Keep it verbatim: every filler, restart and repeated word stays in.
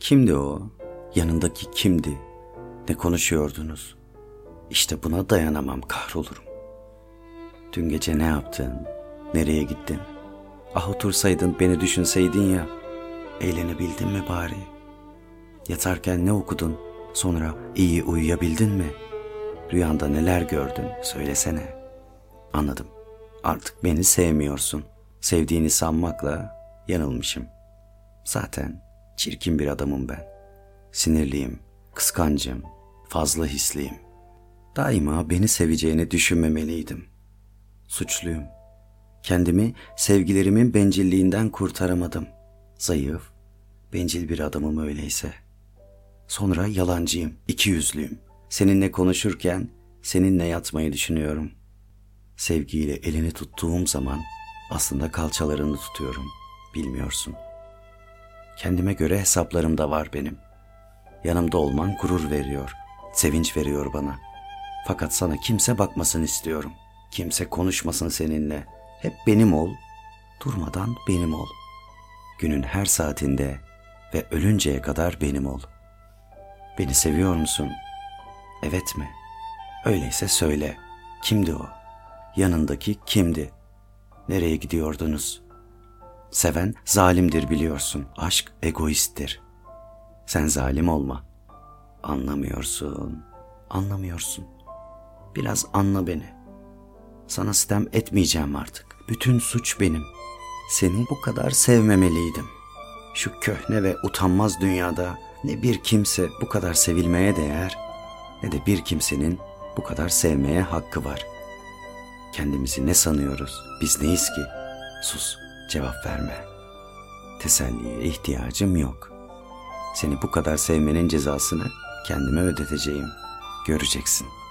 Kimdi o? Yanındaki kimdi? Ne konuşuyordunuz? İşte buna dayanamam, kahrolurum. Dün gece ne yaptın? Nereye gittin? Ah otursaydın, beni düşünseydin ya. Eğlenebildin mi bari? Yatarken ne okudun? Sonra iyi uyuyabildin mi? Rüyanda neler gördün? Söylesene. Anladım. Artık beni sevmiyorsun. Sevdiğini sanmakla yanılmışım. Zaten çirkin bir adamım ben. Sinirliyim, kıskancım, fazla hisliyim. Daima beni seveceğini düşünmemeliydim. Suçluyum. Kendimi sevgilerimin bencilliğinden kurtaramadım. Zayıf, bencil bir adamım öyleyse. Sonra yalancıyım, ikiyüzlüyüm. Seninle konuşurken seninle yatmayı düşünüyorum. Sevgiyle elini tuttuğum zaman aslında kalçalarını tutuyorum, bilmiyorsun. Kendime göre hesaplarım da var benim. Yanımda olman gurur veriyor, sevinç veriyor bana. Fakat sana kimse bakmasın istiyorum. Kimse konuşmasın seninle. Hep benim ol, durmadan benim ol. Günün her saatinde ve ölünceye kadar benim ol. Beni seviyor musun? Evet mi? Öyleyse söyle. Kimdi o? Yanındaki kimdi? Nereye gidiyordunuz? Seven zalimdir biliyorsun. Aşk egoisttir. Sen zalim olma. Anlamıyorsun. Anlamıyorsun. Biraz anla beni. Sana sitem etmeyeceğim artık. Bütün suç benim. Seni bu kadar sevmemeliydim. Şu köhne ve utanmaz dünyada ne bir kimse bu kadar sevilmeye değer, ne de bir kimsenin bu kadar sevmeye hakkı var. Kendimizi ne sanıyoruz? Biz neyiz ki? Sus, cevap verme. Teselliye ihtiyacım yok. Seni bu kadar sevmenin cezasını kendime ödeteceğim. Göreceksin.